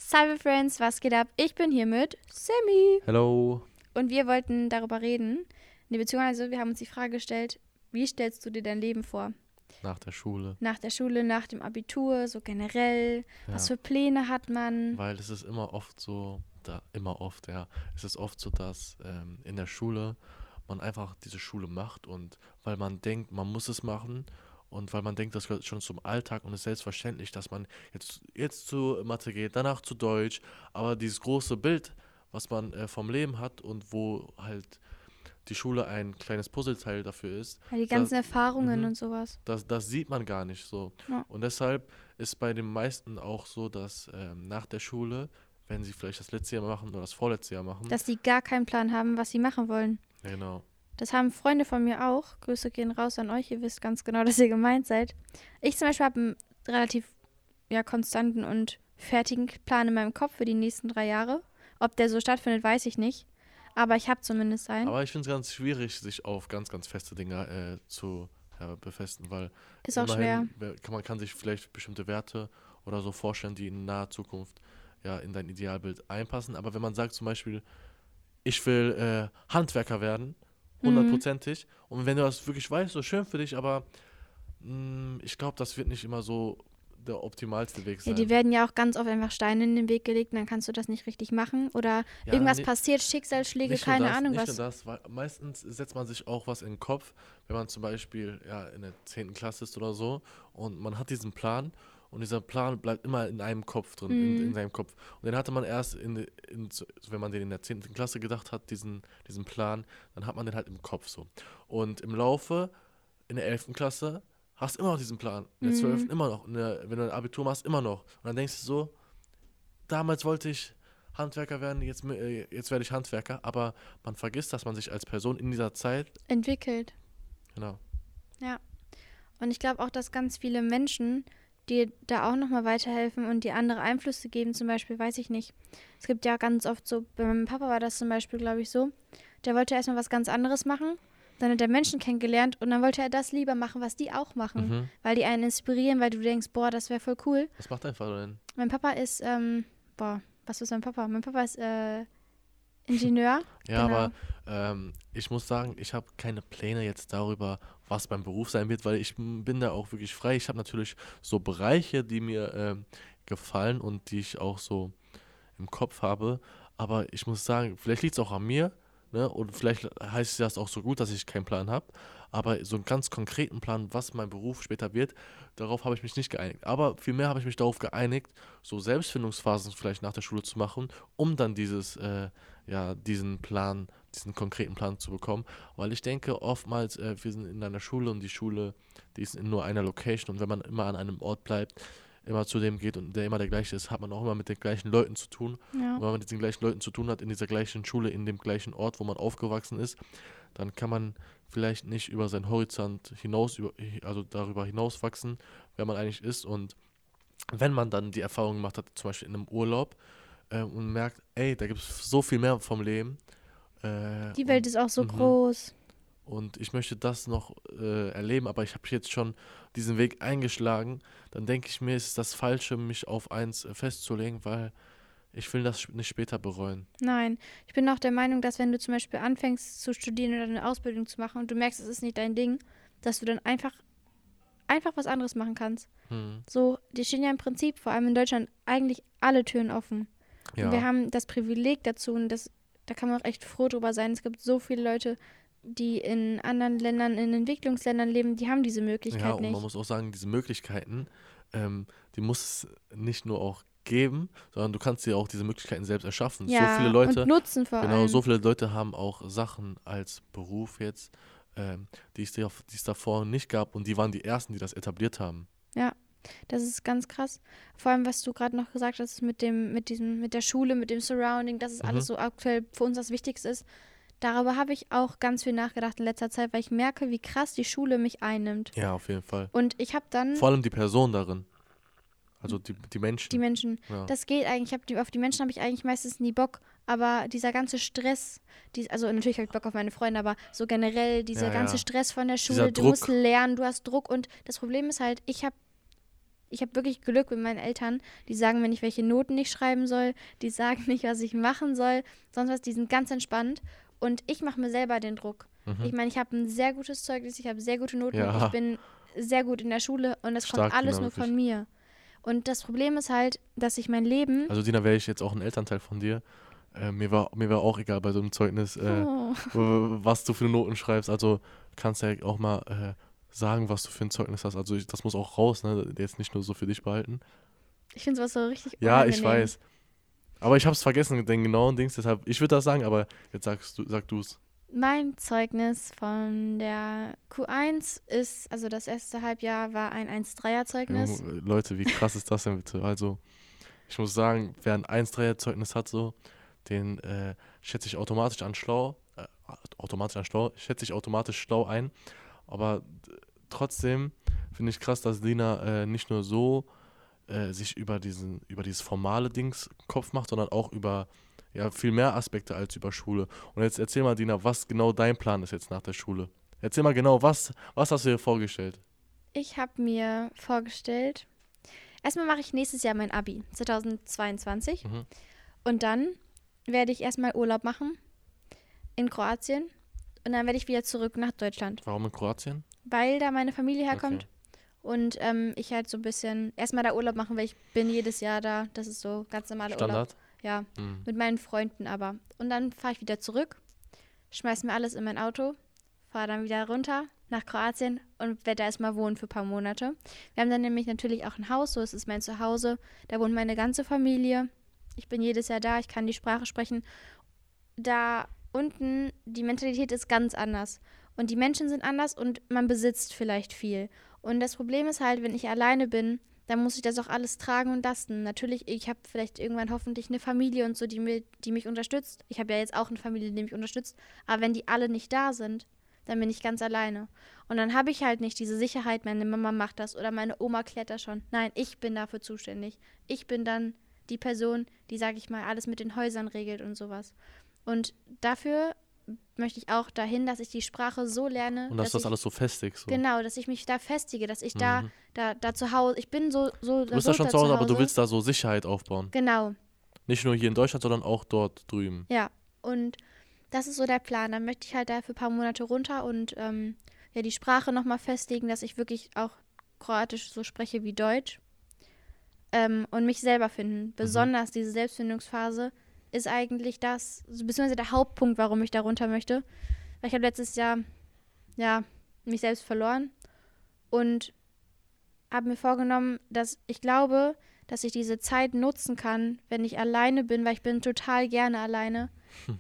Salve Friends, was geht ab? Ich bin hier mit Sammy. Hello. Und wir wollten darüber reden, beziehungsweise wir haben uns die Frage gestellt, wie stellst du dir dein Leben vor? Nach der Schule. Nach der Schule, nach dem Abitur, so generell. Ja. Was für Pläne hat man? Weil es ist immer oft so, es ist oft so, dass in der Schule man einfach diese Schule macht und weil man denkt, man muss es machen und weil man denkt, das gehört schon zum Alltag und es ist selbstverständlich, dass man jetzt zu Mathe geht, danach zu Deutsch, aber dieses große Bild, was man vom Leben hat und wo halt die Schule ein kleines Puzzleteil dafür ist, Ja, die ganzen das, Erfahrungen mhm, und sowas. das sieht man gar nicht so. Ja. Und deshalb ist bei den meisten auch so, dass nach der Schule, wenn sie vielleicht das letzte Jahr machen oder das vorletzte Jahr machen, Dass die gar keinen Plan haben, was sie machen wollen. genau. Das haben Freunde von mir auch. Grüße gehen raus an euch. Ihr wisst ganz genau, dass ihr gemeint seid. Ich zum Beispiel habe einen relativ konstanten und fertigen Plan in meinem Kopf für die nächsten 3 Jahre. Ob der so stattfindet, weiß ich nicht. Aber ich habe zumindest einen. Aber ich finde es ganz schwierig, sich auf ganz, ganz feste Dinge zu befestigen, weil Ist auch schwer. man kann sich vielleicht bestimmte Werte oder so vorstellen, die in naher Zukunft in dein Idealbild einpassen. Aber wenn man sagt zum Beispiel, ich will Handwerker werden, 100%ig, und wenn du das wirklich weißt, so schön für dich, aber ich glaube, das wird nicht immer so der optimalste Weg Ja, sein. die werden ja auch ganz oft einfach Steine in den Weg gelegt und dann kannst du das nicht richtig machen. Oder irgendwas passiert, Schicksalsschläge, Nicht nur keine das, Ahnung nicht was. nur das, weil meistens setzt man sich auch was in den Kopf, wenn man zum Beispiel in der 10. Klasse ist oder so und man hat diesen Plan und dieser Plan bleibt immer in einem Kopf drin, in seinem Kopf. Und den hatte man erst, wenn man den in der 10. Klasse gedacht hat, diesen Plan, dann hat man den halt im Kopf so. Und im Laufe, in der 11. Klasse, hast immer noch diesen Plan, in der 12. immer noch, wenn du ein Abitur machst, immer noch. Und dann denkst du so, damals wollte ich Handwerker werden, jetzt werde ich Handwerker, aber man vergisst, dass man sich als Person in dieser Zeit Entwickelt. Genau. Ja. Und ich glaube auch, dass ganz viele Menschen dir da auch nochmal weiterhelfen und dir andere Einflüsse geben, zum Beispiel, weiß ich nicht. Es gibt ja ganz oft so, bei meinem Papa war das zum Beispiel, glaube ich, so, der wollte erstmal was ganz anderes machen, dann hat er Menschen kennengelernt und dann wollte er das lieber machen, was die auch machen, weil die einen inspirieren, weil du denkst, boah, das wäre voll cool. Was macht dein Vater denn? Mein Papa ist, was ist mein Papa? Mein Papa ist Ingenieur. Ja, Genau. aber ich muss sagen, ich habe keine Pläne jetzt darüber, was mein Beruf sein wird, weil ich bin da auch wirklich frei. Ich habe natürlich so Bereiche, die mir gefallen und die ich auch so im Kopf habe, aber ich muss sagen, vielleicht liegt es auch an mir, ne? Und vielleicht heißt das auch so gut, dass ich keinen Plan habe, aber so einen ganz konkreten Plan, was mein Beruf später wird, darauf habe ich mich nicht geeinigt. Aber vielmehr habe ich mich darauf geeinigt, so Selbstfindungsphasen vielleicht nach der Schule zu machen, um dann diesen konkreten Plan zu bekommen, weil ich denke oftmals, wir sind in einer Schule und die Schule, die ist in nur einer Location und wenn man immer an einem Ort bleibt, immer zu dem geht und der immer der gleiche ist, hat man auch immer mit den gleichen Leuten zu tun. Ja. Und wenn man mit den gleichen Leuten zu tun hat, in dieser gleichen Schule, in dem gleichen Ort, wo man aufgewachsen ist, dann kann man vielleicht nicht über seinen Horizont darüber hinaus wachsen, wer man eigentlich ist. Und wenn man dann die Erfahrung gemacht hat, zum Beispiel in einem Urlaub, und merkt, ey, da gibt es so viel mehr vom Leben. Die Welt ist auch so groß. Und ich möchte das noch erleben, aber ich habe jetzt schon diesen Weg eingeschlagen, dann denke ich mir, ist es das Falsche, mich auf eins festzulegen, weil ich will das nicht später bereuen. Nein, ich bin auch der Meinung, dass wenn du zum Beispiel anfängst zu studieren oder eine Ausbildung zu machen und du merkst, es ist nicht dein Ding, dass du dann einfach was anderes machen kannst. So, dir stehen ja im Prinzip, vor allem in Deutschland, eigentlich alle Türen offen. Ja. Und wir haben das Privileg dazu und da kann man auch echt froh drüber sein. Es gibt so viele Leute, die in anderen Ländern, in Entwicklungsländern leben, die haben diese Möglichkeit Ja, und nicht. man muss auch sagen, diese Möglichkeiten, die muss es nicht nur auch geben, sondern du kannst dir auch diese Möglichkeiten selbst erschaffen. Ja, so viele Leute, und nutzen vor allem. so viele Leute haben auch Sachen als Beruf jetzt, die es davor nicht gab und die waren die Ersten, die das etabliert haben. Ja, das ist ganz krass. Vor allem, was du gerade noch gesagt hast, mit der Schule, mit dem Surrounding, dass es alles so aktuell für uns das Wichtigste ist. Darüber habe ich auch ganz viel nachgedacht in letzter Zeit, weil ich merke, wie krass die Schule mich einnimmt. Ja, auf jeden Fall. Und ich habe dann... Vor allem die Person darin. Also die Menschen. Die Menschen. Ja. Das geht eigentlich. Auf die Menschen habe ich eigentlich meistens nie Bock. Aber dieser ganze Stress, also natürlich habe ich Bock auf meine Freunde, aber so generell dieser ganze Stress von der Schule, Dieser du Druck. musst lernen, du hast Druck. Und das Problem ist halt, Ich habe wirklich Glück mit meinen Eltern. Die sagen mir nicht, welche Noten ich schreiben soll. Die sagen nicht, was ich machen soll. Sonst was, die sind ganz entspannt. Und ich mache mir selber den Druck. Ich meine, ich habe ein sehr gutes Zeugnis, ich habe sehr gute Noten, ich Ja, bin sehr gut in der Schule und das kommt stark, alles Dina, nur wirklich. von mir. Und das Problem ist halt, dass ich mein Leben. Also Dina, wäre ich jetzt auch ein Elternteil von dir, mir war auch egal bei so einem Zeugnis, Oh, was du für Noten schreibst. Also kannst ja auch mal sagen, was du für ein Zeugnis hast. Also das muss auch raus, ne? Jetzt nicht nur so für dich behalten. ich finde sowas so richtig Ja, ich unangenehm. weiß. Aber ich habe es vergessen, den genauen Dings. Deshalb, ich würde das sagen, aber jetzt sag du es. Mein Zeugnis von der Q1 ist, also das erste Halbjahr war ein 1,3er-Zeugnis. Leute, wie krass ist das denn bitte? Also, ich muss sagen, wer ein 1,3er-Zeugnis hat, so, den schätze ich schätze ich automatisch schlau ein. Aber trotzdem finde ich krass, dass Lina nicht nur so sich über dieses formale Dings Kopf macht, sondern auch über ja, viel mehr Aspekte als über Schule. Und jetzt erzähl mal, Dina, was genau dein Plan ist jetzt nach der Schule. Erzähl mal genau, was hast du dir vorgestellt? Ich habe mir vorgestellt, erstmal mache ich nächstes Jahr mein Abi, 2022. Mhm. Und dann werde ich erstmal Urlaub machen in Kroatien. Und dann werde ich wieder zurück nach Deutschland, Warum in Kroatien? weil da meine Familie Okay. herkommt. Und ich halt so ein bisschen erstmal da Urlaub machen, weil ich bin jedes Jahr da. Das ist so ganz normaler Urlaub. Standard? Ja, Mhm. mit meinen Freunden aber. Und dann fahre ich wieder zurück, schmeiß mir alles in mein Auto, fahre dann wieder runter nach Kroatien und werde da erstmal wohnen für ein paar Monate. Wir haben dann nämlich natürlich auch ein Haus, so es ist mein Zuhause. Da wohnt meine ganze Familie. Ich bin jedes Jahr da, ich kann die Sprache sprechen. Da unten, die Mentalität ist ganz anders. Und die Menschen sind anders und man besitzt vielleicht viel. Und das Problem ist halt, wenn ich alleine bin, dann muss ich das auch alles tragen und lasten. Natürlich, ich habe vielleicht irgendwann hoffentlich eine Familie und so, die mich unterstützt. Ich habe ja jetzt auch eine Familie, die mich unterstützt. Aber wenn die alle nicht da sind, dann bin ich ganz alleine. Und dann habe ich halt nicht diese Sicherheit, meine Mama macht das oder meine Oma klärt das schon. Nein, ich bin dafür zuständig. Ich bin dann die Person, die, sag ich mal, alles mit den Häusern regelt und sowas. Und dafür möchte ich auch dahin, dass ich die Sprache so lerne, Und dass dass das ich, alles so festig so. genau, dass ich mich da festige, dass ich Mhm. da zu Hause, ich bin Du bist da schon da zu zu Hause, aber du Hause. willst da so Sicherheit aufbauen. Genau, Nicht nur hier in Deutschland, sondern auch dort drüben. ja. Und das ist so der Plan. Dann möchte ich halt da für ein paar Monate runter und ja, die Sprache nochmal festigen, dass ich wirklich auch Kroatisch so spreche wie Deutsch. Und mich selber finden. Besonders diese Selbstfindungsphase ist eigentlich das, beziehungsweise der Hauptpunkt, warum ich da runter möchte. Weil ich habe letztes Jahr, ja, mich selbst verloren und habe mir vorgenommen, dass ich glaube, dass ich diese Zeit nutzen kann, wenn ich alleine bin, weil ich bin total gerne alleine,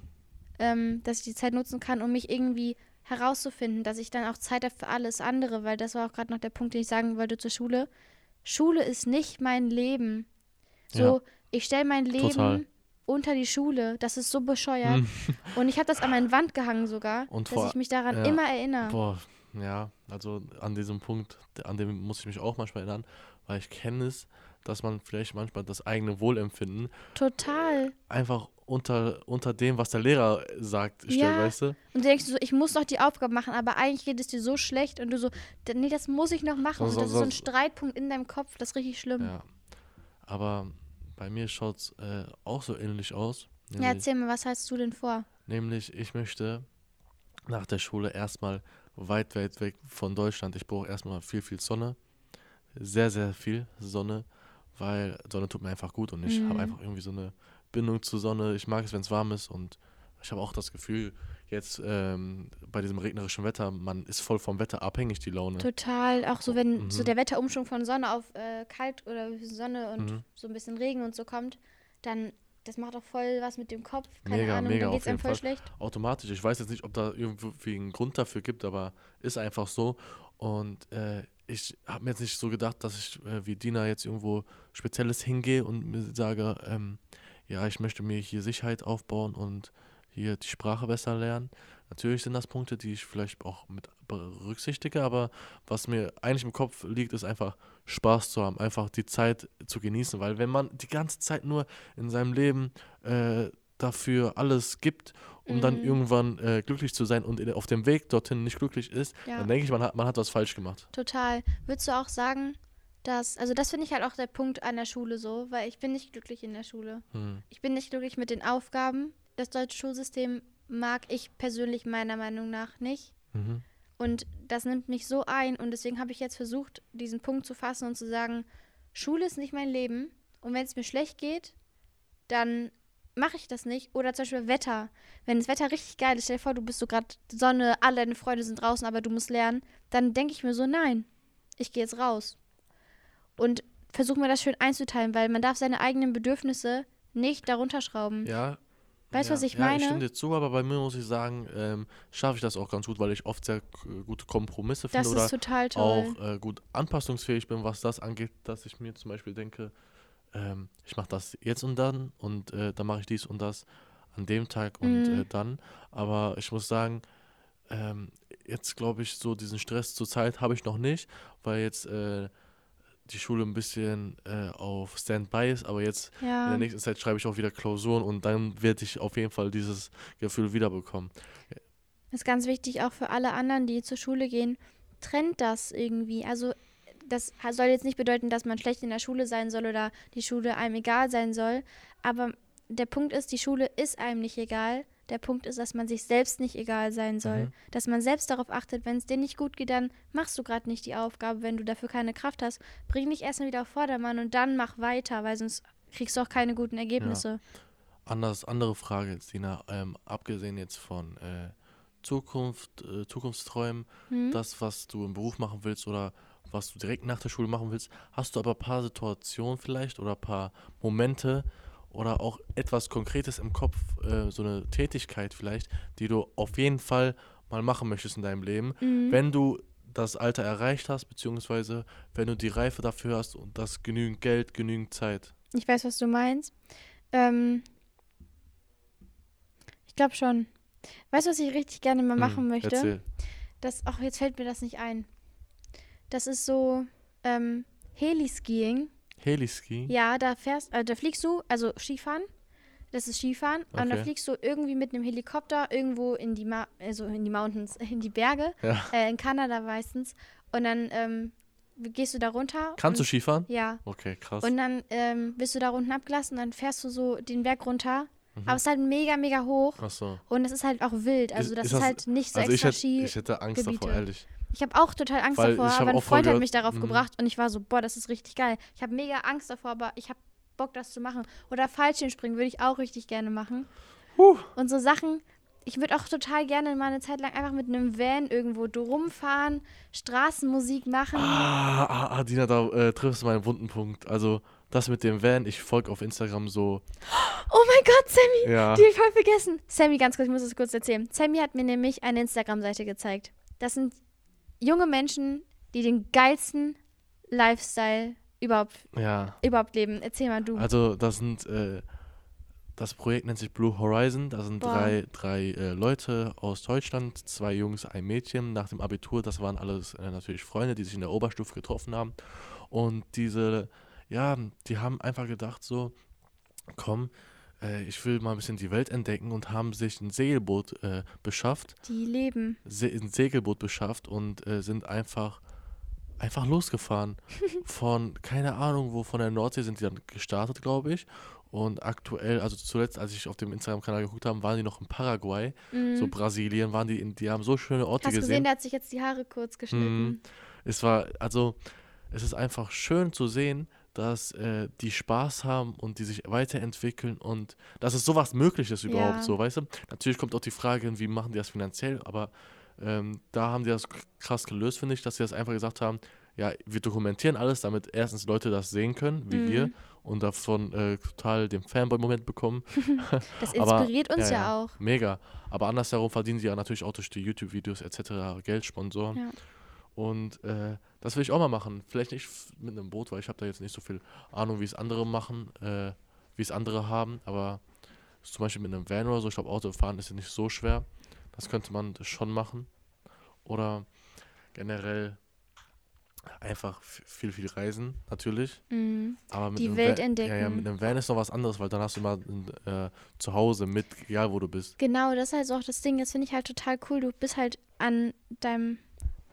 dass ich die Zeit nutzen kann, um mich irgendwie herauszufinden, dass ich dann auch Zeit habe für alles andere, weil das war auch gerade noch der Punkt, den ich sagen wollte zur Schule. Schule ist nicht mein Leben. So, Ja, ich stelle mein total. Leben unter die Schule. Das ist so bescheuert. Mhm. Und ich habe das an meine Wand gehangen sogar, Und dass ich mich daran ja, immer erinnere. boah, ja, also an diesem Punkt, an dem muss ich mich auch manchmal erinnern, weil ich kenne es, dass man vielleicht manchmal das eigene Wohlempfinden Total. einfach unter dem, was der Lehrer sagt, stellt, Ja. weißt du? Und du denkst so, ich muss noch die Aufgabe machen, aber eigentlich geht es dir so schlecht und du so, nee, das muss ich noch machen. Und das ist so ein Streitpunkt in deinem Kopf, das ist richtig schlimm. Ja, aber bei mir schaut es auch so ähnlich aus. Ja, erzähl mir, was hast du denn vor? Nämlich, ich möchte nach der Schule erstmal weit, weit weg von Deutschland. Ich brauche erstmal viel, viel Sonne. Sehr, sehr viel Sonne, weil Sonne tut mir einfach gut und ich habe einfach irgendwie so eine Bindung zur Sonne. Ich mag es, wenn es warm ist und ich habe auch das Gefühl, jetzt bei diesem regnerischen Wetter, man ist voll vom Wetter abhängig, die Laune. Total, auch so wenn so Mhm. der Wetterumschwung von Sonne auf kalt oder Sonne und Mhm. so ein bisschen Regen und so kommt, dann das macht auch voll was mit dem Kopf, keine Mega, Ahnung, mega dann auf geht's einem jeden voll Fall. schlecht. Automatisch. Ich weiß jetzt nicht, ob da irgendwie einen Grund dafür gibt, aber ist einfach so. Und ich habe mir jetzt nicht so gedacht, dass ich wie Dina jetzt irgendwo Spezielles hingehe und mir sage, ja, ich möchte mir hier Sicherheit aufbauen und hier die Sprache besser lernen. Natürlich sind das Punkte, die ich vielleicht auch mit berücksichtige, aber was mir eigentlich im Kopf liegt, ist einfach Spaß zu haben, einfach die Zeit zu genießen, weil wenn man die ganze Zeit nur in seinem Leben dafür alles gibt, um dann Mhm. irgendwann glücklich zu sein und auf dem Weg dorthin nicht glücklich ist, Ja, dann denke ich, man hat was falsch gemacht. total. Würdest du auch sagen, Also das finde ich halt auch der Punkt an der Schule so, weil ich bin nicht glücklich in der Schule. Hm. Ich bin nicht glücklich mit den Aufgaben. Das deutsche Schulsystem mag ich persönlich meiner Meinung nach nicht. Mhm. Und das nimmt mich so ein und deswegen habe ich jetzt versucht, diesen Punkt zu fassen und zu sagen, Schule ist nicht mein Leben und wenn es mir schlecht geht, dann mache ich das nicht. Oder zum Beispiel Wetter. Wenn das Wetter richtig geil ist, stell dir vor, du bist so gerade Sonne, alle deine Freunde sind draußen, aber du musst lernen, dann denke ich mir so, nein, ich gehe jetzt raus. Und versuche mir das schön einzuteilen, weil man darf seine eigenen Bedürfnisse nicht darunter schrauben. Ja. Weißt du, was ich Ja, meine? ich stimme dir zu, aber bei mir muss ich sagen, schaffe ich das auch ganz gut, weil ich oft sehr gute Kompromisse finde Das oder ist total toll. auch gut anpassungsfähig bin, was das angeht, dass ich mir zum Beispiel denke, ich mache das jetzt und dann mache ich dies und das an dem Tag und dann. Aber ich muss sagen, jetzt glaube ich, so diesen Stress zur Zeit habe ich noch nicht, weil jetzt die Schule ein bisschen auf Standby ist, aber jetzt in der Ja, nächsten Zeit schreibe ich auch wieder Klausuren und dann werde ich auf jeden Fall dieses Gefühl wiederbekommen. ist ganz wichtig auch für alle anderen, die zur Schule gehen. Trennt das irgendwie. Also das soll jetzt nicht bedeuten, dass man schlecht in der Schule sein soll oder die Schule einem egal sein soll. Aber der Punkt ist, die Schule ist einem nicht egal. Der Punkt ist, dass man sich selbst nicht egal sein soll. Mhm. Dass man selbst darauf achtet, wenn es dir nicht gut geht, dann machst du gerade nicht die Aufgabe. Wenn du dafür keine Kraft hast, bring dich erstmal wieder auf Vordermann und dann mach weiter, weil sonst kriegst du auch keine guten Ja. Ergebnisse. Andere Frage, Sina, abgesehen jetzt von Zukunftsträumen, Hm? das, was du im Beruf machen willst oder was du direkt nach der Schule machen willst, hast du aber ein paar Situationen vielleicht oder ein paar Momente oder auch etwas Konkretes im Kopf, so eine Tätigkeit vielleicht, die du auf jeden Fall mal machen möchtest in deinem Leben, Mhm. wenn du das Alter erreicht hast, beziehungsweise wenn du die Reife dafür hast und das genügend Geld, genügend Zeit. Ich weiß, was du meinst. Ähm, ich glaube schon. Weißt du, was ich richtig gerne mal machen möchte? Erzähl. Ach, jetzt fällt mir das nicht ein. Das ist so Heliskiing. Heliski? Ja, da fliegst du, also Skifahren. Das ist Skifahren. Und da Okay. fliegst du irgendwie mit einem Helikopter irgendwo also in die Mountains, in die Berge. Ja. In Kanada meistens. Und dann gehst du da runter. Kannst du und, Skifahren? Ja. Okay, krass. Und dann bist du da unten abgelassen und dann fährst du so den Berg runter. Mhm. Aber es ist halt mega, mega hoch. Ach so. Und es ist halt auch wild. Also das ist halt nicht so Also extra ich hätte Angst davor, Skigebiete. ehrlich. Ich habe auch total Angst Weil davor, ich hab aber ein auch voll Freund hat gehört, mich darauf gebracht und ich war so, boah, das ist richtig geil. Ich habe mega Angst davor, aber ich habe Bock, das zu machen. Oder Fallschirmspringen würde ich auch richtig gerne machen. Und so Sachen, ich würde auch total gerne mal eine Zeit lang einfach mit einem Van irgendwo rumfahren, Straßenmusik machen. Dina, da triffst du meinen wunden Punkt. Also das mit dem Van, ich folge auf Instagram so, Oh mein Gott, Sammy, ja, die hab ich voll vergessen. Sammy, ganz kurz, ich muss das kurz erzählen. Sammy hat mir nämlich eine Instagram-Seite gezeigt. Das sind junge Menschen, die den geilsten Lifestyle überhaupt leben. Erzähl mal du. Also das Projekt nennt sich Blue Horizon. Da sind Boah. drei Leute aus Deutschland, 2 Jungs, ein Mädchen nach dem Abitur. Das waren alles natürlich Freunde, die sich in der Oberstufe getroffen haben. Und die haben einfach gedacht so, komm, ich will mal ein bisschen die Welt entdecken und haben sich ein Segelboot beschafft. Die leben. Ein Segelboot beschafft und sind einfach losgefahren. Keine Ahnung wo, von der Nordsee sind die dann gestartet, glaube ich. Und aktuell, also zuletzt, als ich auf dem Instagram-Kanal geguckt habe, waren die noch in Paraguay, so Mhm. Brasilien, die haben so schöne Orte Hast gesehen, gesehen. der hat sich jetzt die Haare kurz geschnitten. Es ist einfach schön zu sehen, dass die Spaß haben und die sich weiterentwickeln und dass es sowas möglich ist überhaupt Ja. so, weißt du? Natürlich kommt auch die Frage, wie machen die das finanziell, aber da haben die das krass gelöst, finde ich, dass sie das einfach gesagt haben, ja, wir dokumentieren alles, damit erstens Leute das sehen können, wie wir, und davon total den Fanboy-Moment bekommen. Das Aber inspiriert uns ja auch. mega. Aber andersherum verdienen sie ja natürlich auch durch die YouTube-Videos etc. Geld, Sponsoren. Ja. Und das will ich auch mal machen. Vielleicht nicht mit einem Boot, weil ich habe da jetzt nicht so viel Ahnung, wie es andere machen, wie es andere haben. Aber zum Beispiel mit einem Van oder so, ich glaube, Autofahren ist ja nicht so schwer. Das könnte man schon machen. Oder generell einfach viel, viel reisen, natürlich. Mhm. Aber mit Die einem Welt Van, entdecken. ja, mit einem Van ist noch was anderes, weil dann hast du immer zu Hause mit, egal wo du bist. Genau, das ist halt so auch das Ding. Das finde ich halt total cool. Du bist halt an deinem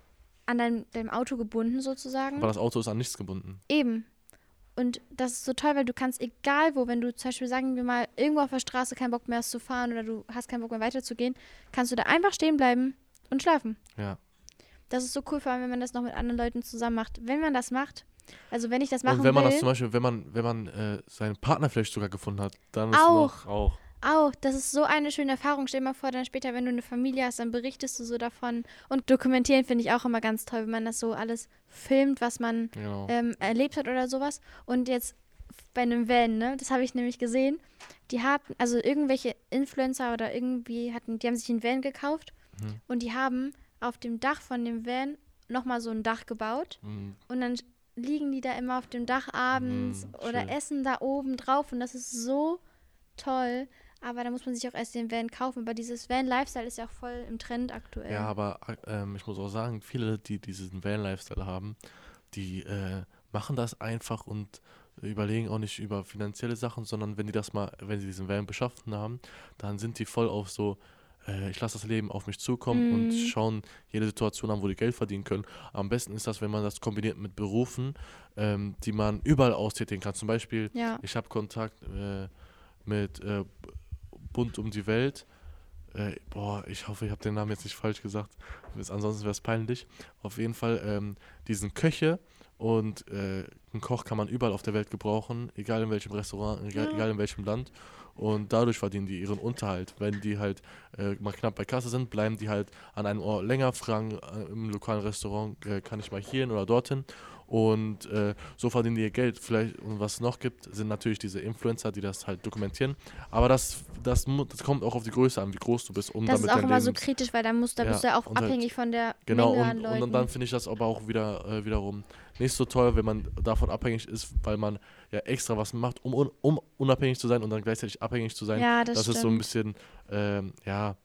an deinem Auto gebunden sozusagen. Aber das Auto ist an nichts gebunden. Eben. Und das ist so toll, weil du kannst egal wo, wenn du zum Beispiel, sagen wir mal, irgendwo auf der Straße keinen Bock mehr hast zu fahren oder du hast keinen Bock mehr weiterzugehen, kannst du da einfach stehen bleiben und schlafen. Ja. Das ist so cool, vor allem, wenn man das noch mit anderen Leuten zusammen macht. Wenn man das macht, also wenn ich das machen Und wenn man will, das zum Beispiel, wenn man seinen Partner vielleicht sogar gefunden hat, dann ist Auch. auch. das ist so eine schöne Erfahrung. Stell dir mal vor, dann später, wenn du eine Familie hast, dann berichtest du so davon. Und dokumentieren finde ich auch immer ganz toll, wenn man das so alles filmt, was man Genau. erlebt hat oder sowas. Und jetzt bei einem Van, ne, das habe ich nämlich gesehen, die hatten, also irgendwelche Influencer oder irgendwie die haben sich einen Van gekauft Mhm. und die haben auf dem Dach von dem Van nochmal so ein Dach gebaut. Mhm. Und dann liegen die da immer auf dem Dach abends oder Schön. essen da oben drauf und das ist so toll. Aber da muss man sich auch erst den Van kaufen. Aber dieses Van-Lifestyle ist ja auch voll im Trend aktuell. Ja, aber ich muss auch sagen, viele, die diesen Van-Lifestyle haben, die machen das einfach und überlegen auch nicht über finanzielle Sachen, sondern wenn sie diesen Van beschaffen haben, dann sind die voll auf so, ich lasse das Leben auf mich zukommen und schauen jede Situation an, wo die Geld verdienen können. Am besten ist das, wenn man das kombiniert mit Berufen, die man überall austätigen kann. Zum Beispiel, Ja. ich habe Kontakt mit Bunt um die Welt. Ich hoffe, ich habe den Namen jetzt nicht falsch gesagt. Ansonsten wäre es peinlich. Auf jeden Fall, die sind Köche und einen Koch kann man überall auf der Welt gebrauchen, egal in welchem Restaurant, egal in welchem Land. Und dadurch verdienen die ihren Unterhalt. Wenn die halt mal knapp bei Kasse sind, bleiben die halt an einem Ort länger, fragen im lokalen Restaurant, kann ich mal hierhin oder dorthin. Und so verdienen die ihr Geld. Vielleicht, und was es noch gibt, sind natürlich diese Influencer, die das halt dokumentieren. Aber das kommt auch auf die Größe an, wie groß du bist, um Das damit ist auch dein immer so Lebens... kritisch, weil da bist du ja auch und halt- abhängig von der Genau, Menge an und Leuten. dann finde ich das aber auch wiederum nicht so toll, wenn man davon abhängig ist, weil man ja extra was macht, um unabhängig zu sein und dann gleichzeitig abhängig zu sein. Ja, das ist so ein stimmt. bisschen,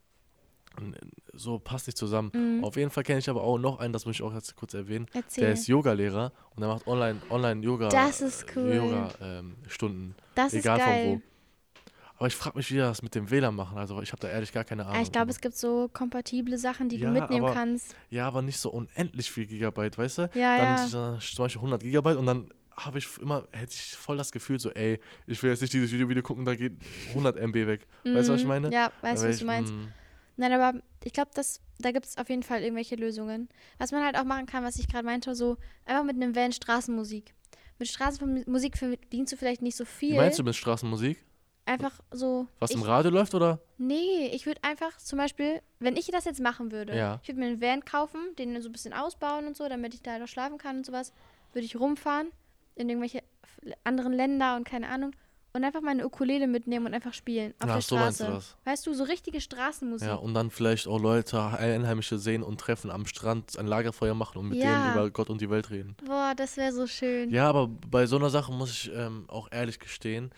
so passt nicht zusammen. Auf jeden Fall kenne ich aber auch noch einen, das muss ich auch jetzt kurz erwähnen. Erzähl. Der ist Yoga-Lehrer und der macht Online-Yoga, Das ist cool. Yoga-Stunden, Das ist egal von geil. wo. Aber ich frage mich, wie die das mit dem WLAN machen. Also ich habe da ehrlich gar keine Ahnung. Ich glaube, es gibt so kompatible Sachen, die du Ja, mitnehmen aber- kannst. Ja, aber nicht so unendlich viel Gigabyte, weißt du? Ja, Dann ja. zum Beispiel 100 Gigabyte und dann hätte ich voll das Gefühl so, ey, ich will jetzt nicht dieses Video wieder gucken, da geht 100 MB weg. Weißt du, was ich meine? Ja, Da weißt du, wär was du meinst. Nein, aber ich glaube, da gibt es auf jeden Fall irgendwelche Lösungen. Was man halt auch machen kann, was ich gerade meinte, so einfach mit einem Van Straßenmusik. Mit Straßenmusik verdienst du vielleicht nicht so viel. Wie meinst du mit Straßenmusik? Einfach so. Was im Radio läuft, oder? Nee, ich würde einfach zum Beispiel, wenn ich das jetzt machen würde, Ja. ich würde mir einen Van kaufen, den so ein bisschen ausbauen und so, damit ich da halt auch schlafen kann und sowas, würde ich rumfahren in irgendwelche anderen Länder und keine Ahnung und einfach meine Ukulele mitnehmen und einfach spielen auf der So meinst du Straße. das? Weißt du, so richtige Straßenmusik. Ja, und dann vielleicht auch Leute, Einheimische sehen und treffen am Strand, ein Lagerfeuer machen und mit Ja. denen über Gott und die Welt reden. Boah, das wäre so schön. Ja, aber bei so einer Sache muss ich auch ehrlich gestehen,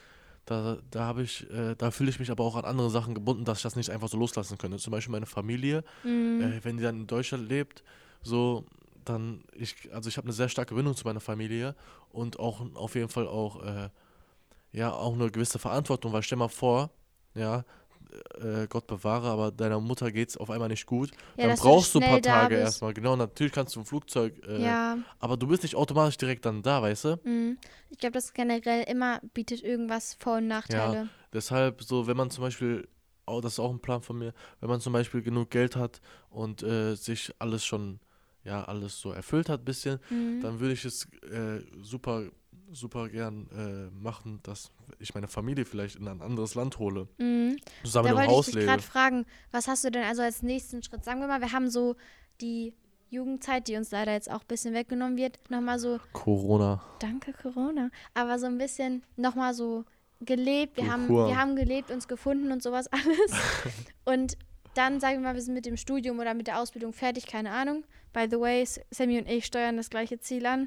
da fühle ich mich aber auch an andere Sachen gebunden, dass ich das nicht einfach so loslassen könnte. Zum Beispiel meine Familie, wenn die dann in Deutschland lebt, so, ich habe eine sehr starke Bindung zu meiner Familie und auch auf jeden Fall auch eine gewisse Verantwortung, weil stell mal vor, ja, Gott bewahre, aber deiner Mutter geht's auf einmal nicht gut, Ja, dann dass du brauchst du ein schnell paar da Tage bist. erstmal. Genau, natürlich kannst du ein Flugzeug, Ja. aber du bist nicht automatisch direkt dann da, weißt du? Ich glaube, das generell immer bietet irgendwas Vor- und Nachteile. Deshalb so, wenn man zum Beispiel, das ist auch ein Plan von mir, wenn man zum Beispiel genug Geld hat und sich alles schon, alles so erfüllt hat ein bisschen, dann würde ich es super, super gern machen, dass ich meine Familie vielleicht in ein anderes Land hole. Zusammen Da im wollte Haus ich dich lebe. gerade fragen, was hast du denn also als nächsten Schritt? Sagen wir mal, wir haben so die Jugendzeit, die uns leider jetzt auch ein bisschen weggenommen wird, nochmal so, Corona. danke Corona, aber so ein bisschen nochmal so gelebt. Wir Hurra. haben gelebt, uns gefunden und sowas alles. Und dann sagen wir mal, wir sind mit dem Studium oder mit der Ausbildung fertig, keine Ahnung. By the way, Sammy und ich steuern das gleiche Ziel an.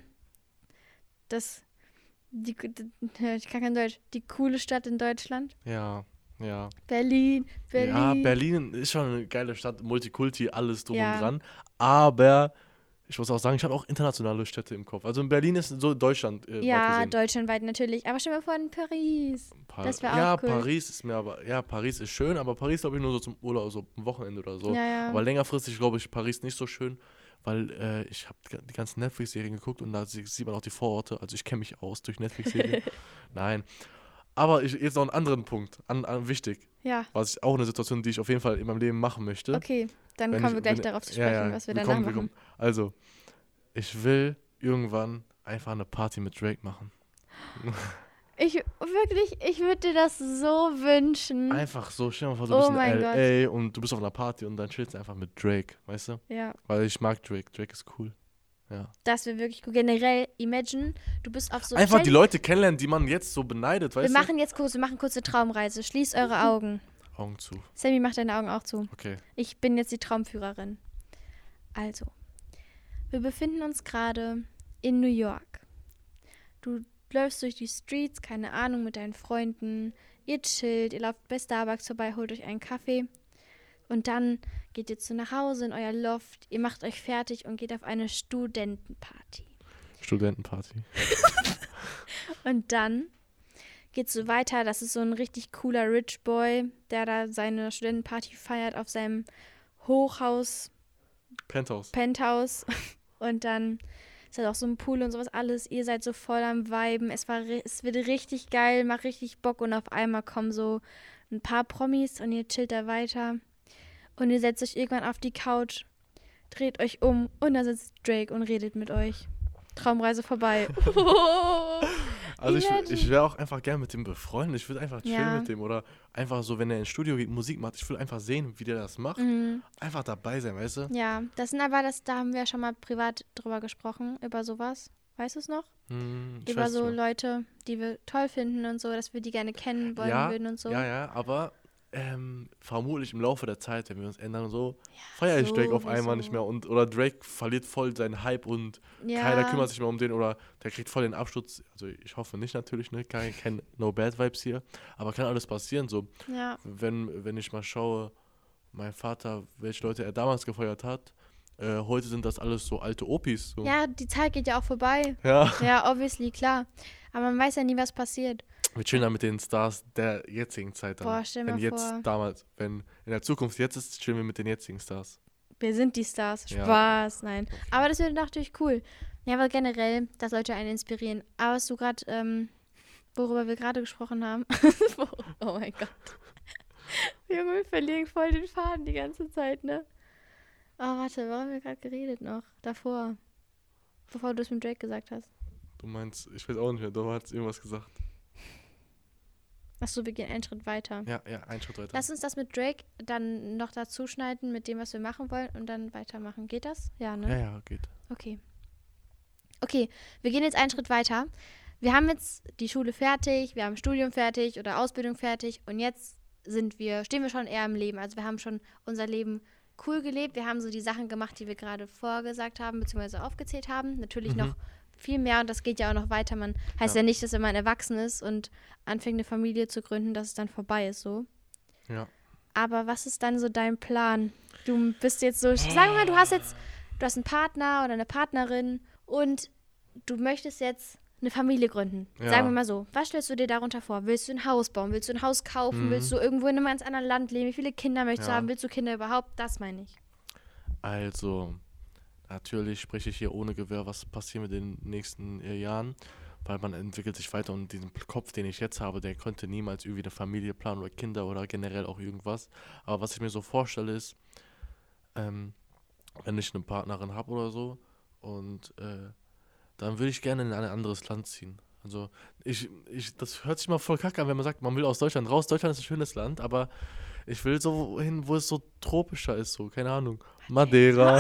Ich kann kein Deutsch. Die coole Stadt in Deutschland. Ja. Berlin. Ja, Berlin ist schon eine geile Stadt, Multikulti, alles drum Ja. und dran. Aber ich muss auch sagen, ich habe auch internationale Städte im Kopf. Also in Berlin ist so Deutschland weit Ja, gesehen. deutschlandweit natürlich. Aber stell dir mal vor, in Paris. Das wäre auch cool. Paris ist schön, aber Paris glaube ich nur so zum Urlaub, so ein Wochenende oder so. Ja. Aber längerfristig glaube ich Paris nicht so schön, weil ich habe die ganzen Netflix-Serien geguckt und da sieht man auch die Vororte. Also ich kenne mich aus durch Netflix-Serien. Nein. Aber jetzt noch einen anderen Punkt, wichtig. Ja, Was ich auch eine Situation, die ich auf jeden Fall in meinem Leben machen möchte. okay. Dann Wenn kommen wir ich, gleich wenn, darauf zu ja, sprechen, ja, was wir wir danach kommen, wir machen. kommen. Also, ich will irgendwann einfach eine Party mit Drake machen. Ich würde dir das so wünschen. Einfach so, stell dir mal vor, du Oh bist in mein Gott. L.A. und du bist auf einer Party und dann chillst du einfach mit Drake, weißt du? Ja, Weil ich mag Drake. Drake ist cool. Ja. das wäre wirklich cool. Generell, imagine, du bist auf so... Einfach stell die Leute kennenlernen, die man jetzt so beneidet, wir weißt du? machen kurz eine Traumreise. Schließ eure Augen. Augen zu. Sammy, mach deine Augen auch zu. Okay. Ich bin jetzt die Traumführerin. Also, wir befinden uns gerade in New York. Du läufst durch die Streets, keine Ahnung, mit deinen Freunden. Ihr chillt, ihr lauft bei Starbucks vorbei, holt euch einen Kaffee. Und dann geht ihr nach Hause in euer Loft. Ihr macht euch fertig und geht auf eine Studentenparty. Studentenparty. Und dann geht es so weiter. Das ist so ein richtig cooler Rich Boy, der da seine Studentenparty feiert auf seinem Hochhaus, Penthouse. Und dann ist halt auch so ein Pool und sowas alles. Ihr seid so voll am Viben. Es wird richtig geil, macht richtig Bock. Und auf einmal kommen so ein paar Promis und ihr chillt da weiter. Und ihr setzt euch irgendwann auf die Couch, dreht euch um und da sitzt Drake und redet mit euch. Traumreise vorbei. Also ich wäre auch einfach gern mit dem befreundet. Ich würde einfach chillen mit dem. Oder einfach so, wenn er ins Studio geht, Musik macht. Ich will einfach sehen, wie der das macht. Einfach dabei sein, weißt du? Ja, da haben wir ja schon mal privat drüber gesprochen, über sowas. Weißt du es noch? Ich Über weiß so nicht mehr. Leute, die wir toll finden und so, dass wir die gerne kennen wollen würden und so. Ja, aber vermutlich im Laufe der Zeit, wenn wir uns ändern und so, feiere ich Drake auf einmal nicht mehr. Oder Drake verliert voll seinen Hype und keiner kümmert sich mehr um den oder der kriegt voll den Absturz. Also ich hoffe nicht natürlich, ne? Kein No Bad Vibes hier. Aber kann alles passieren so. Ja. Wenn ich mal schaue, mein Vater, welche Leute er damals gefeuert hat, heute sind das alles so alte Opis. So. Ja, die Zeit geht ja auch vorbei. Ja. Ja, obviously, klar. Aber man weiß ja nie, was passiert. Wir chillen dann mit den Stars der jetzigen Zeit dann. Boah, stell mal vor. Wenn in der Zukunft jetzt ist, chillen wir mit den jetzigen Stars. Wir sind die Stars. Ja. Spaß, nein. Aber das wird natürlich cool. Ja, aber generell, das sollte einen inspirieren. Aber was du gerade, worüber wir gerade gesprochen haben. Oh mein Gott. Junge, wir verlieren voll den Faden die ganze Zeit, ne? Oh, warte, warum haben wir gerade geredet noch? Davor. Bevor du es mit Drake gesagt hast. Du meinst, ich weiß auch nicht mehr, du hast irgendwas gesagt. Achso, wir gehen einen Schritt weiter. Ja, einen Schritt weiter. Lass uns das mit Drake dann noch dazu schneiden mit dem, was wir machen wollen und dann weitermachen. Geht das? Ja, ne? Ja, geht. Okay. Okay, wir gehen jetzt einen Schritt weiter. Wir haben jetzt die Schule fertig, wir haben Studium fertig oder Ausbildung fertig und jetzt stehen wir schon eher im Leben. Also wir haben schon unser Leben cool gelebt. Wir haben so die Sachen gemacht, die wir gerade vorgesagt haben, beziehungsweise aufgezählt haben. Natürlich noch viel mehr und das geht ja auch noch weiter. Man heißt ja nicht, dass wenn man erwachsen ist und anfängt eine Familie zu gründen, dass es dann vorbei ist so. Ja. Aber was ist dann so dein Plan? Du bist jetzt so, sagen wir mal, du hast einen Partner oder eine Partnerin und du möchtest jetzt eine Familie gründen. Ja. Sagen wir mal so. Was stellst du dir darunter vor? Willst du ein Haus bauen? Willst du ein Haus kaufen? Willst du irgendwo in einem ganz anderen Land leben? Wie viele Kinder möchtest du haben? Willst du Kinder überhaupt? Das meine ich. Also, natürlich spreche ich hier ohne Gewähr, was passiert mit den nächsten Jahren, weil man entwickelt sich weiter und diesen Kopf, den ich jetzt habe, der könnte niemals irgendwie eine Familie planen oder Kinder oder generell auch irgendwas. Aber was ich mir so vorstelle ist, wenn ich eine Partnerin habe oder so und dann würde ich gerne in ein anderes Land ziehen. Also das hört sich mal voll kacke an, wenn man sagt, man will aus Deutschland raus. Deutschland ist ein schönes Land, aber ich will so hin, wo es so tropischer ist, so, keine Ahnung. Madeira.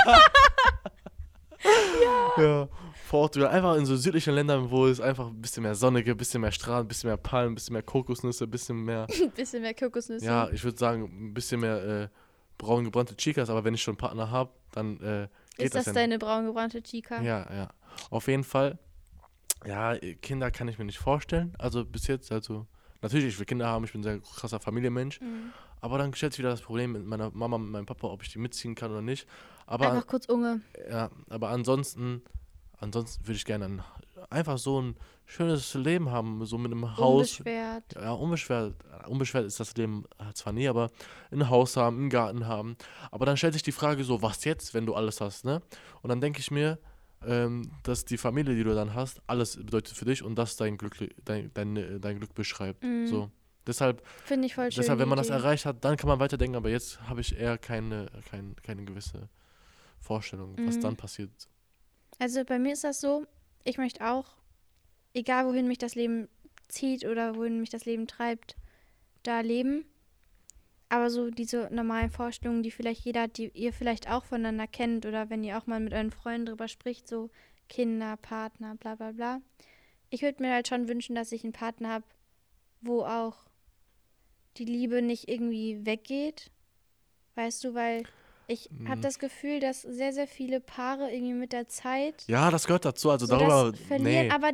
Ja, Portugal. Einfach in so südlichen Ländern, wo es einfach ein bisschen mehr Sonne gibt, ein bisschen mehr Strand, ein bisschen mehr Palmen, ein bisschen mehr Kokosnüsse, ein bisschen mehr... Ein bisschen mehr Kokosnüsse. Ja, ich würde sagen, ein bisschen mehr braun gebrannte Chicas, aber wenn ich schon einen Partner habe, dann geht ist das deine braun gebrannte Chica? Ja. Auf jeden Fall. Ja, Kinder kann ich mir nicht vorstellen. Also bis jetzt, natürlich, ich will Kinder haben, ich bin ein sehr krasser Familienmensch. Aber dann stellt sich wieder das Problem mit meiner Mama, mit meinem Papa, ob ich die mitziehen kann oder nicht. Aber einfach kurz Unge. ja, aber ansonsten würde ich gerne einfach so ein schönes Leben haben, so mit einem Haus. Unbeschwert. Ja, unbeschwert. Unbeschwert ist das Leben zwar nie, aber ein Haus haben, einen Garten haben. Aber dann stellt sich die Frage so, was jetzt, wenn du alles hast, ne? Und dann denke ich mir, dass die Familie, die du dann hast, alles bedeutet für dich und das dein Glück beschreibt. Mhm. So. Deshalb, Finde ich voll schön. deshalb, wenn die man das Idee. erreicht hat, dann kann man weiterdenken, aber jetzt habe ich eher keine gewisse Vorstellung, was dann Mhm. passiert. Also bei mir ist das so, ich möchte auch, egal wohin mich das Leben zieht oder wohin mich das Leben treibt, da leben. Aber so diese normalen Vorstellungen, die vielleicht jeder hat, die ihr vielleicht auch voneinander kennt oder wenn ihr auch mal mit euren Freunden drüber spricht, so Kinder, Partner, bla bla bla. Ich würde mir halt schon wünschen, dass ich einen Partner habe, wo auch die Liebe nicht irgendwie weggeht. Weißt du, weil ich habe Mm. das Gefühl, dass sehr, sehr viele Paare irgendwie mit der Zeit Ja, das gehört dazu, also so das darüber, verlieren. nee. Aber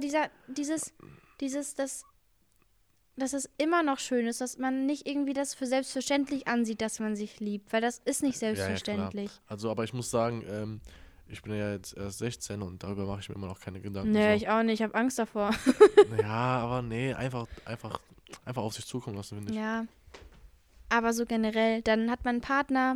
dass es immer noch schön ist, dass man nicht irgendwie das für selbstverständlich ansieht, dass man sich liebt, weil das ist nicht Ja, ja, klar. selbstverständlich. Also, aber ich muss sagen, ich bin ja jetzt erst 16 und darüber mache ich mir immer noch keine Gedanken. Nee, So. ich auch nicht, ich habe Angst davor. Ja, aber nee, einfach auf sich zukommen lassen, finde ich. Ja, aber so generell, dann hat man einen Partner,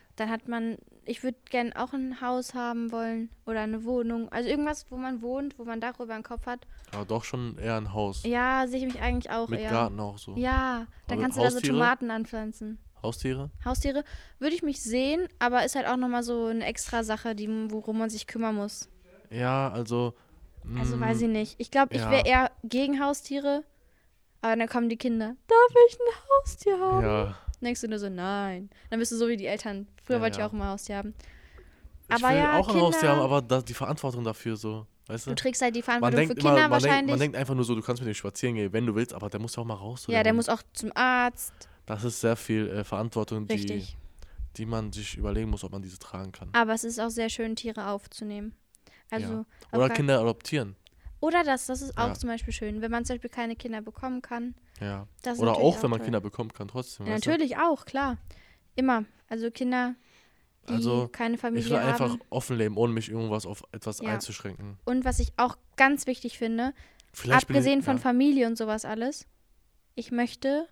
ich würde gern auch ein Haus haben wollen oder eine Wohnung, also irgendwas, wo man wohnt, wo man Dach über den Kopf hat. Aber doch schon eher ein Haus. Ja, sehe ich mich eigentlich auch Mit eher. Garten auch so. Ja, dann Aber kannst du da so Haustiere? Tomaten anpflanzen. Haustiere? Haustiere würde ich mich sehen, aber ist halt auch nochmal so eine extra Sache, worum man sich kümmern muss. Ja, also. Also weiß ich nicht. Ich glaube, ich Ja. wäre eher gegen Haustiere, aber dann kommen die Kinder. Darf ich ein Haustier haben? Ja. Dann denkst du nur so, nein. Dann bist du so wie die Eltern. Früher Ja, wollte ich ja. auch immer ein Haustier haben. Ich Aber will ja, auch ein Haustier haben, Kinder, aber die Verantwortung dafür so. Weißt du du? trägst halt die Man Verantwortung für denkt Kinder immer, wahrscheinlich. man denkt einfach nur so, du kannst mit dem spazieren gehen, wenn du willst, aber der muss ja auch mal raus. Ja, der muss auch zum Arzt. Das ist sehr viel Verantwortung, Richtig. die man sich überlegen muss, ob man diese tragen kann. Aber es ist auch sehr schön, Tiere aufzunehmen. Also, Ja. auf Oder gar- Kinder adoptieren. Oder das ist auch Ja. zum Beispiel schön. Wenn man zum Beispiel keine Kinder bekommen kann. Ja. Das ist Oder natürlich auch, wenn man toll. Kinder bekommen kann, trotzdem. Ja, weißt du? natürlich auch, klar. Immer. Also Kinder, die Also, keine ich will Familie einfach haben. offen leben, ohne mich irgendwas auf etwas Ja. einzuschränken. Und was ich auch ganz wichtig finde, Vielleicht bin abgesehen ich, von ja. Familie und sowas alles, ich möchte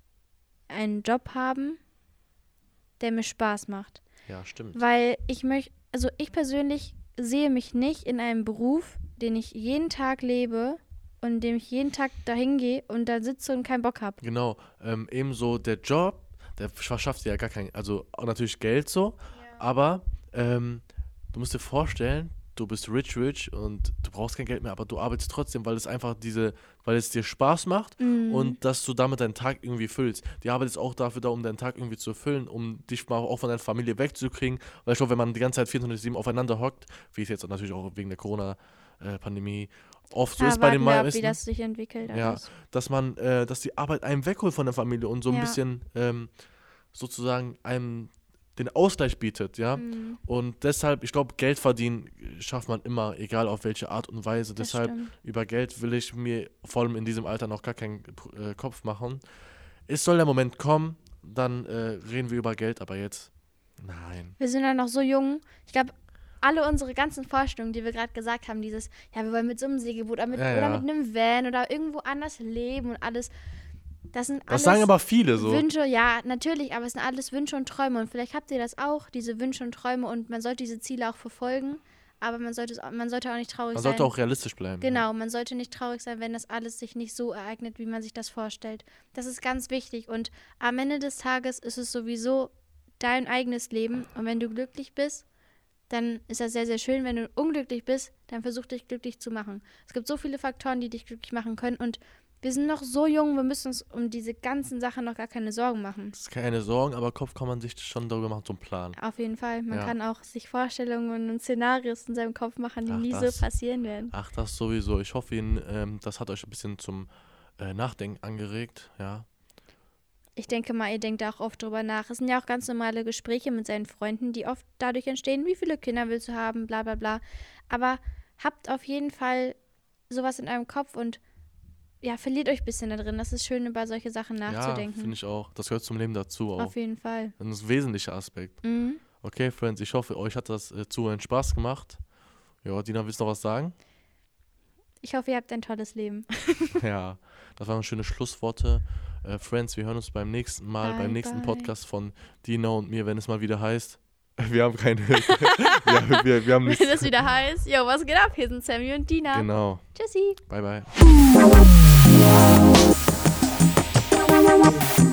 einen Job haben, der mir Spaß macht. Ja, stimmt. Weil ich persönlich sehe mich nicht in einem Beruf, den ich jeden Tag lebe und in dem ich jeden Tag dahin gehe und da sitze und keinen Bock habe. Genau. Ebenso der Job, der verschafft dir ja gar kein, also auch natürlich Geld so, aber du musst dir vorstellen, du bist rich und du brauchst kein Geld mehr, aber du arbeitest trotzdem, weil weil es dir Spaß macht und dass du damit deinen Tag irgendwie füllst. Die Arbeit ist auch dafür da, um deinen Tag irgendwie zu füllen, um dich mal auch von deiner Familie wegzukriegen, weil ich glaube, wenn man die ganze Zeit 24/7 aufeinander hockt, wie es jetzt natürlich auch wegen der Corona-Pandemie oft so ist bei den Warten wir ab, wie meisten, das sich entwickelt. ja, alles. dass die Arbeit einem wegholt von der Familie und so ein Ja. bisschen sozusagen einem den Ausgleich bietet, ja. Mhm, Und deshalb, ich glaube, Geld verdienen schafft man immer, egal auf welche Art und Weise. das Deshalb, stimmt. über Geld will ich mir vor allem in diesem Alter noch gar keinen Kopf machen. Es soll der Moment kommen, dann reden wir über Geld, aber jetzt, nein. Wir sind ja noch so jung. Ich glaube, alle unsere ganzen Vorstellungen, die wir gerade gesagt haben, dieses, ja, wir wollen mit so einem Segelboot oder mit, Ja, oder ja. mit einem Van oder irgendwo anders leben und alles, das sind Das alles sagen aber viele so. Wünsche, ja, natürlich, aber es sind alles Wünsche und Träume und vielleicht habt ihr das auch, diese Wünsche und Träume und man sollte diese Ziele auch verfolgen, aber man sollte auch nicht traurig Man sein. sollte auch realistisch bleiben. Genau, man sollte nicht traurig sein, wenn das alles sich nicht so ereignet, wie man sich das vorstellt. Das ist ganz wichtig und am Ende des Tages ist es sowieso dein eigenes Leben und wenn du glücklich bist, dann ist das sehr, sehr schön. Wenn du unglücklich bist, dann versuch dich glücklich zu machen. Es gibt so viele Faktoren, die dich glücklich machen können und wir sind noch so jung, wir müssen uns um diese ganzen Sachen noch gar keine Sorgen machen. Das ist keine Sorgen, aber Kopf kann man sich schon darüber machen, so einen Plan. Auf jeden Fall. Man Ja. kann auch sich Vorstellungen und Szenarios in seinem Kopf machen, die Ach, nie das. so passieren werden. Ach, das sowieso. Ich hoffe, das hat euch ein bisschen zum Nachdenken angeregt, ja. Ich denke mal, ihr denkt auch oft drüber nach. Es sind ja auch ganz normale Gespräche mit seinen Freunden, die oft dadurch entstehen, wie viele Kinder willst du haben, bla bla bla. Aber habt auf jeden Fall sowas in eurem Kopf und ja, verliert euch ein bisschen da drin. Das ist schön, über solche Sachen Ja, nachzudenken. finde ich auch. Das gehört zum Leben dazu auch. Auf jeden Fall. Das ist ein wesentlicher Aspekt. Mhm. Okay, Friends, ich hoffe, euch hat das Zuhören Spaß gemacht. Ja, Dina, willst du noch was sagen? Ich hoffe, ihr habt ein tolles Leben. Ja, das waren schöne Schlussworte. Friends, wir hören uns beim nächsten Mal, beim nächsten Podcast von Dino und mir, wenn es mal wieder heißt. Wir haben keine. wir haben nichts. Wenn es wieder heißt, yo, was geht ab? Hier sind Sammy und Dina. Genau. Tschüssi. Bye, bye.